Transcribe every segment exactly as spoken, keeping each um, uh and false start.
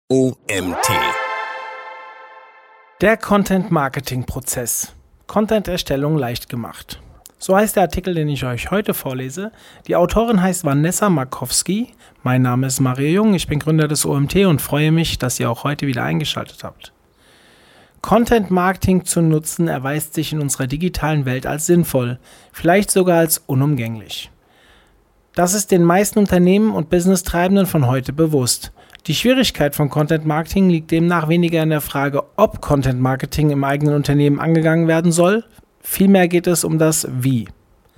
O M T. Der Content-Marketing-Prozess. Content-Erstellung leicht gemacht. So heißt der Artikel, den ich euch heute vorlese. Die Autorin heißt Vanessa Markowski. Mein Name ist Mario Jung, ich bin Gründer des O M T und freue mich, dass ihr auch heute wieder eingeschaltet habt. Content-Marketing zu nutzen erweist sich in unserer digitalen Welt als sinnvoll, vielleicht sogar als unumgänglich. Das ist den meisten Unternehmen und Business-Treibenden von heute bewusst. Die Schwierigkeit von Content Marketing liegt demnach weniger in der Frage, ob Content Marketing im eigenen Unternehmen angegangen werden soll. Vielmehr geht es um das Wie.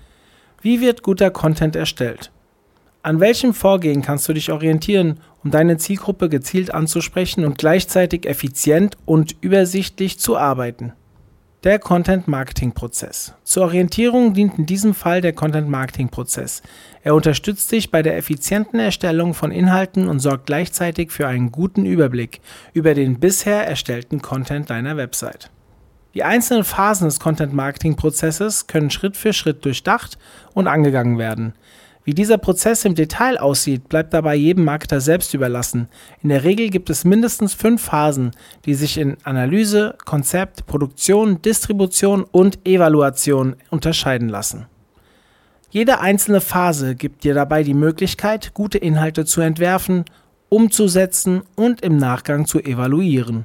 Wie wird guter Content erstellt? An welchem Vorgehen kannst du dich orientieren, um deine Zielgruppe gezielt anzusprechen und gleichzeitig effizient und übersichtlich zu arbeiten? Der Content-Marketing-Prozess. Zur Orientierung dient in diesem Fall der Content-Marketing-Prozess. Er unterstützt dich bei der effizienten Erstellung von Inhalten und sorgt gleichzeitig für einen guten Überblick über den bisher erstellten Content deiner Website. Die einzelnen Phasen des Content-Marketing-Prozesses können Schritt für Schritt durchdacht und angegangen werden. Wie dieser Prozess im Detail aussieht, bleibt dabei jedem Marketer selbst überlassen. In der Regel gibt es mindestens fünf Phasen, die sich in Analyse, Konzept, Produktion, Distribution und Evaluation unterscheiden lassen. Jede einzelne Phase gibt dir dabei die Möglichkeit, gute Inhalte zu entwerfen, umzusetzen und im Nachgang zu evaluieren.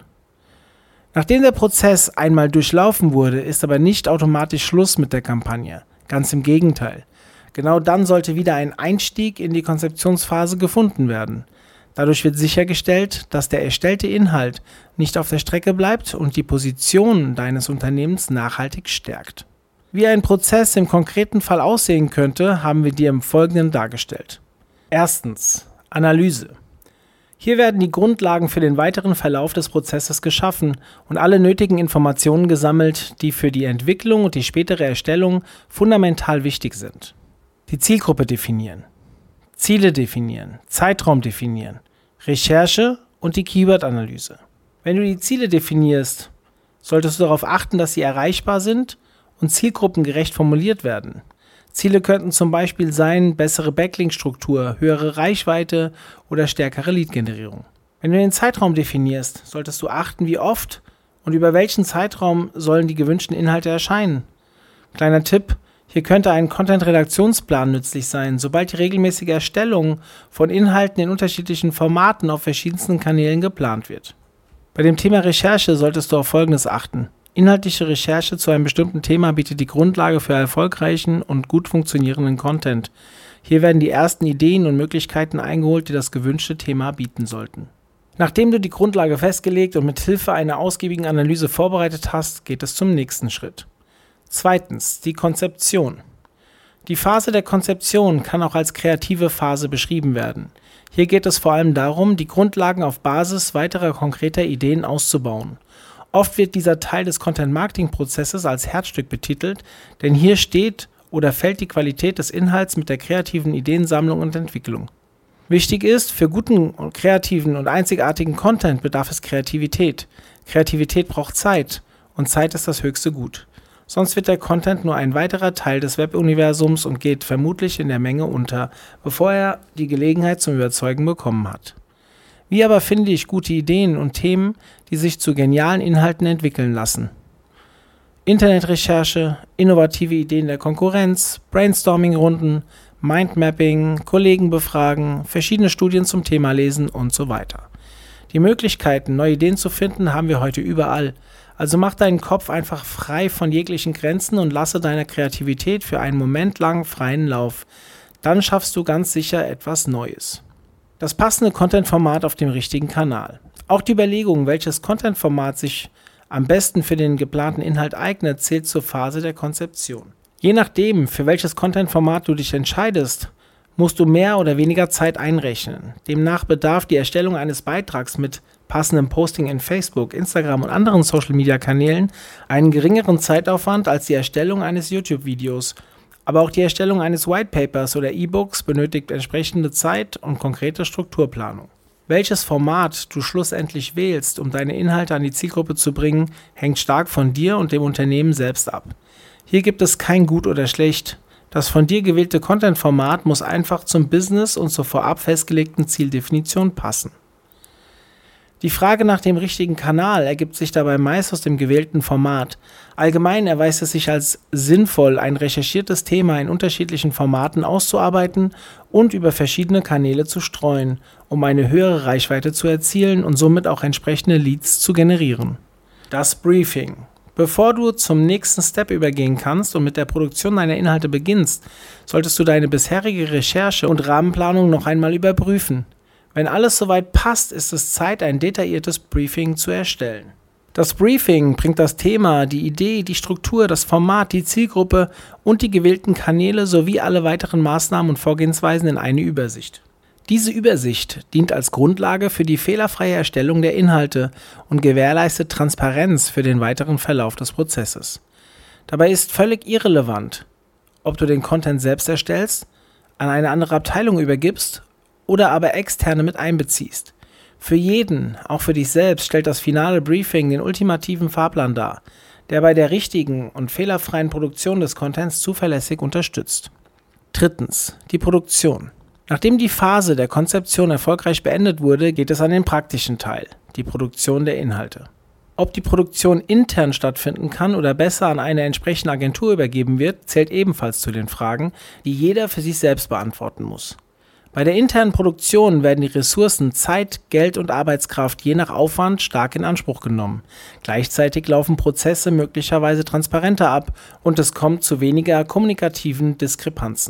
Nachdem der Prozess einmal durchlaufen wurde, ist aber nicht automatisch Schluss mit der Kampagne. Ganz im Gegenteil. Genau dann sollte wieder ein Einstieg in die Konzeptionsphase gefunden werden. Dadurch wird sichergestellt, dass der erstellte Inhalt nicht auf der Strecke bleibt und die Position deines Unternehmens nachhaltig stärkt. Wie ein Prozess im konkreten Fall aussehen könnte, haben wir dir im Folgenden dargestellt. Erstens. Analyse. Hier werden die Grundlagen für den weiteren Verlauf des Prozesses geschaffen und alle nötigen Informationen gesammelt, die für die Entwicklung und die spätere Erstellung fundamental wichtig sind. Die Zielgruppe definieren, Ziele definieren, Zeitraum definieren, Recherche und die Keyword-Analyse. Wenn du die Ziele definierst, solltest du darauf achten, dass sie erreichbar sind und zielgruppengerecht formuliert werden. Ziele könnten zum Beispiel sein, bessere Backlink-Struktur, höhere Reichweite oder stärkere Lead-Generierung. Wenn du den Zeitraum definierst, solltest du achten, wie oft und über welchen Zeitraum sollen die gewünschten Inhalte erscheinen. Kleiner Tipp: Hier könnte ein Content-Redaktionsplan nützlich sein, sobald die regelmäßige Erstellung von Inhalten in unterschiedlichen Formaten auf verschiedensten Kanälen geplant wird. Bei dem Thema Recherche solltest du auf Folgendes achten. Inhaltliche Recherche zu einem bestimmten Thema bietet die Grundlage für erfolgreichen und gut funktionierenden Content. Hier werden die ersten Ideen und Möglichkeiten eingeholt, die das gewünschte Thema bieten sollten. Nachdem du die Grundlage festgelegt und mit Hilfe einer ausgiebigen Analyse vorbereitet hast, geht es zum nächsten Schritt. Zweitens, die Konzeption. Die Phase der Konzeption kann auch als kreative Phase beschrieben werden. Hier geht es vor allem darum, die Grundlagen auf Basis weiterer konkreter Ideen auszubauen. Oft wird dieser Teil des Content-Marketing-Prozesses als Herzstück betitelt, denn hier steht oder fällt die Qualität des Inhalts mit der kreativen Ideensammlung und Entwicklung. Wichtig ist, für guten, kreativen und einzigartigen Content bedarf es Kreativität. Kreativität braucht Zeit und Zeit ist das höchste Gut. Sonst wird der Content nur ein weiterer Teil des Webuniversums und geht vermutlich in der Menge unter, bevor er die Gelegenheit zum Überzeugen bekommen hat. Wie aber finde ich gute Ideen und Themen, die sich zu genialen Inhalten entwickeln lassen? Internetrecherche, innovative Ideen der Konkurrenz, Brainstorming-Runden, Mindmapping, Kollegen befragen, verschiedene Studien zum Thema lesen und so weiter. Die Möglichkeiten, neue Ideen zu finden, haben wir heute überall. Also mach deinen Kopf einfach frei von jeglichen Grenzen und lasse deiner Kreativität für einen Moment lang freien Lauf. Dann schaffst du ganz sicher etwas Neues. Das passende Content-Format auf dem richtigen Kanal. Auch die Überlegung, welches Content-Format sich am besten für den geplanten Inhalt eignet, zählt zur Phase der Konzeption. Je nachdem, für welches Content-Format du dich entscheidest, musst du mehr oder weniger Zeit einrechnen. Demnach bedarf die Erstellung eines Beitrags mit passendem Posting in Facebook, Instagram und anderen Social-Media-Kanälen einen geringeren Zeitaufwand als die Erstellung eines YouTube-Videos. Aber auch die Erstellung eines Whitepapers oder E-Books benötigt entsprechende Zeit und konkrete Strukturplanung. Welches Format du schlussendlich wählst, um deine Inhalte an die Zielgruppe zu bringen, hängt stark von dir und dem Unternehmen selbst ab. Hier gibt es kein Gut oder Schlecht. Das von dir gewählte Content-Format muss einfach zum Business und zur vorab festgelegten Zieldefinition passen. Die Frage nach dem richtigen Kanal ergibt sich dabei meist aus dem gewählten Format. Allgemein erweist es sich als sinnvoll, ein recherchiertes Thema in unterschiedlichen Formaten auszuarbeiten und über verschiedene Kanäle zu streuen, um eine höhere Reichweite zu erzielen und somit auch entsprechende Leads zu generieren. Das Briefing. Bevor du zum nächsten Step übergehen kannst und mit der Produktion deiner Inhalte beginnst, solltest du deine bisherige Recherche und Rahmenplanung noch einmal überprüfen. Wenn alles soweit passt, ist es Zeit, ein detailliertes Briefing zu erstellen. Das Briefing bringt das Thema, die Idee, die Struktur, das Format, die Zielgruppe und die gewählten Kanäle sowie alle weiteren Maßnahmen und Vorgehensweisen in eine Übersicht. Diese Übersicht dient als Grundlage für die fehlerfreie Erstellung der Inhalte und gewährleistet Transparenz für den weiteren Verlauf des Prozesses. Dabei ist völlig irrelevant, ob du den Content selbst erstellst, an eine andere Abteilung übergibst oder aber Externe mit einbeziehst. Für jeden, auch für dich selbst, stellt das finale Briefing den ultimativen Fahrplan dar, der bei der richtigen und fehlerfreien Produktion des Contents zuverlässig unterstützt. Drittens, die Produktion. Nachdem die Phase der Konzeption erfolgreich beendet wurde, geht es an den praktischen Teil, die Produktion der Inhalte. Ob die Produktion intern stattfinden kann oder besser an eine entsprechende Agentur übergeben wird, zählt ebenfalls zu den Fragen, die jeder für sich selbst beantworten muss. Bei der internen Produktion werden die Ressourcen Zeit, Geld und Arbeitskraft je nach Aufwand stark in Anspruch genommen. Gleichzeitig laufen Prozesse möglicherweise transparenter ab und es kommt zu weniger kommunikativen Diskrepanzen.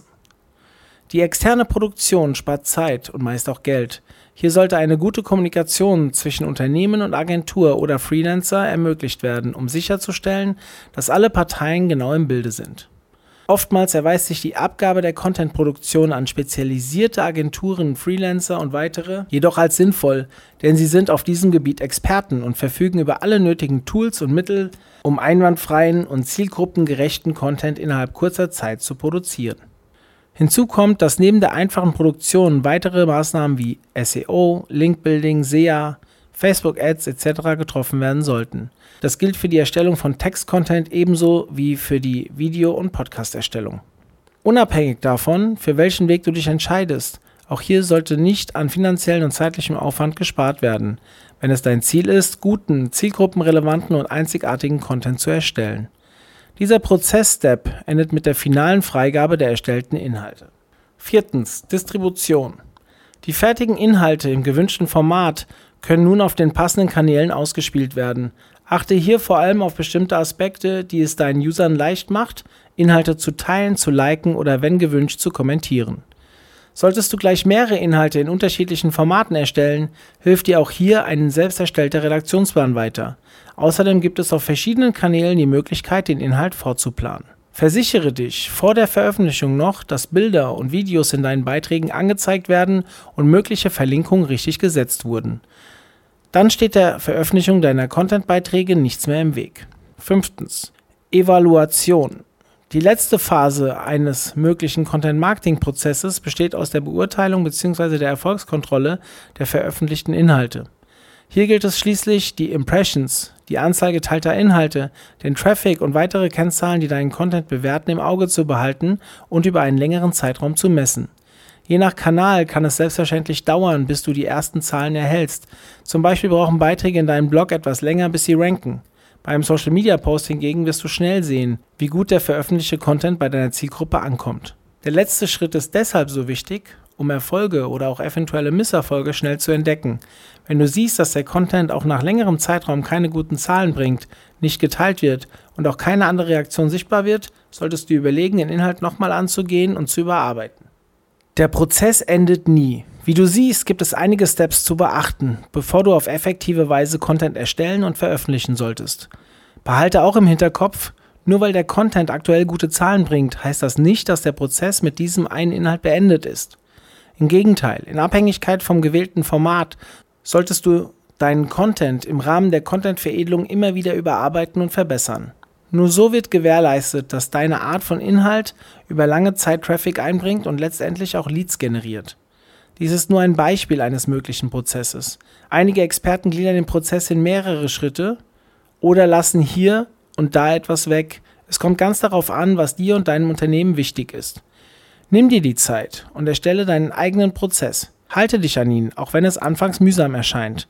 Die externe Produktion spart Zeit und meist auch Geld. Hier sollte eine gute Kommunikation zwischen Unternehmen und Agentur oder Freelancer ermöglicht werden, um sicherzustellen, dass alle Parteien genau im Bilde sind. Oftmals erweist sich die Abgabe der Content-Produktion an spezialisierte Agenturen, Freelancer und weitere jedoch als sinnvoll, denn sie sind auf diesem Gebiet Experten und verfügen über alle nötigen Tools und Mittel, um einwandfreien und zielgruppengerechten Content innerhalb kurzer Zeit zu produzieren. Hinzu kommt, dass neben der einfachen Produktion weitere Maßnahmen wie S E O, Linkbuilding, S E A, Facebook Ads et cetera getroffen werden sollten. Das gilt für die Erstellung von Text-Content ebenso wie für die Video- und Podcast-Erstellung. Unabhängig davon, für welchen Weg du dich entscheidest, auch hier sollte nicht an finanziellen und zeitlichem Aufwand gespart werden, wenn es dein Ziel ist, guten, zielgruppenrelevanten und einzigartigen Content zu erstellen. Dieser Prozess-Step endet mit der finalen Freigabe der erstellten Inhalte. Viertens, Distribution. Die fertigen Inhalte im gewünschten Format können nun auf den passenden Kanälen ausgespielt werden. Achte hier vor allem auf bestimmte Aspekte, die es deinen Usern leicht macht, Inhalte zu teilen, zu liken oder wenn gewünscht zu kommentieren. Solltest du gleich mehrere Inhalte in unterschiedlichen Formaten erstellen, hilft dir auch hier ein selbst erstellter Redaktionsplan weiter. Außerdem gibt es auf verschiedenen Kanälen die Möglichkeit, den Inhalt vorzuplanen. Versichere dich vor der Veröffentlichung noch, dass Bilder und Videos in deinen Beiträgen angezeigt werden und mögliche Verlinkungen richtig gesetzt wurden. Dann steht der Veröffentlichung deiner Content-Beiträge nichts mehr im Weg. Fünftens. Evaluation. Die letzte Phase eines möglichen Content-Marketing-Prozesses besteht aus der Beurteilung bzw. der Erfolgskontrolle der veröffentlichten Inhalte. Hier gilt es schließlich, die Impressions, die Anzahl geteilter Inhalte, den Traffic und weitere Kennzahlen, die deinen Content bewerten, im Auge zu behalten und über einen längeren Zeitraum zu messen. Je nach Kanal kann es selbstverständlich dauern, bis du die ersten Zahlen erhältst. Zum Beispiel brauchen Beiträge in deinem Blog etwas länger, bis sie ranken. Beim Social Media Post hingegen wirst du schnell sehen, wie gut der veröffentlichte Content bei deiner Zielgruppe ankommt. Der letzte Schritt ist deshalb so wichtig, um Erfolge oder auch eventuelle Misserfolge schnell zu entdecken. Wenn du siehst, dass der Content auch nach längerem Zeitraum keine guten Zahlen bringt, nicht geteilt wird und auch keine andere Reaktion sichtbar wird, solltest du überlegen, den Inhalt nochmal anzugehen und zu überarbeiten. Der Prozess endet nie. Wie du siehst, gibt es einige Steps zu beachten, bevor du auf effektive Weise Content erstellen und veröffentlichen solltest. Behalte auch im Hinterkopf, nur weil der Content aktuell gute Zahlen bringt, heißt das nicht, dass der Prozess mit diesem einen Inhalt beendet ist. Im Gegenteil, in Abhängigkeit vom gewählten Format solltest du deinen Content im Rahmen der Content-Veredelung immer wieder überarbeiten und verbessern. Nur so wird gewährleistet, dass deine Art von Inhalt über lange Zeit Traffic einbringt und letztendlich auch Leads generiert. Dies ist nur ein Beispiel eines möglichen Prozesses. Einige Experten gliedern den Prozess in mehrere Schritte oder lassen hier und da etwas weg. Es kommt ganz darauf an, was dir und deinem Unternehmen wichtig ist. Nimm dir die Zeit und erstelle deinen eigenen Prozess. Halte dich an ihn, auch wenn es anfangs mühsam erscheint.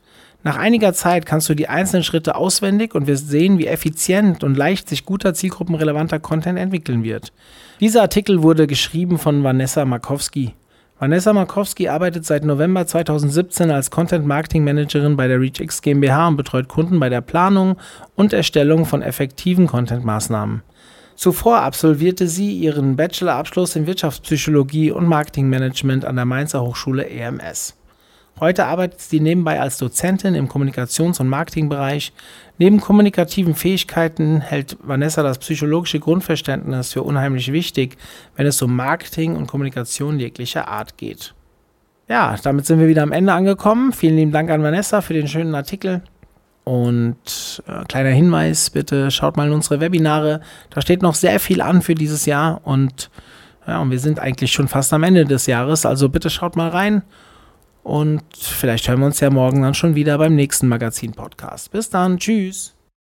Nach einiger Zeit kannst du die einzelnen Schritte auswendig und wirst sehen, wie effizient und leicht sich guter zielgruppenrelevanter Content entwickeln wird. Dieser Artikel wurde geschrieben von Vanessa Markowski. Vanessa Markowski arbeitet seit November zweitausendsiebzehn als Content Marketing Managerin bei der ReachX GmbH und betreut Kunden bei der Planung und Erstellung von effektiven Content-Maßnahmen. Zuvor absolvierte sie ihren Bachelorabschluss in Wirtschaftspsychologie und Marketingmanagement an der Mainzer Hochschule E M S. Heute arbeitet sie nebenbei als Dozentin im Kommunikations- und Marketingbereich. Neben kommunikativen Fähigkeiten hält Vanessa das psychologische Grundverständnis für unheimlich wichtig, wenn es um Marketing und Kommunikation jeglicher Art geht. Ja, damit sind wir wieder am Ende angekommen. Vielen lieben Dank an Vanessa für den schönen Artikel. Und äh, kleiner Hinweis, bitte schaut mal in unsere Webinare. Da steht noch sehr viel an für dieses Jahr und, ja, und wir sind eigentlich schon fast am Ende des Jahres. Also bitte schaut mal rein. Und vielleicht hören wir uns ja morgen dann schon wieder beim nächsten Magazin-Podcast. Bis dann, tschüss.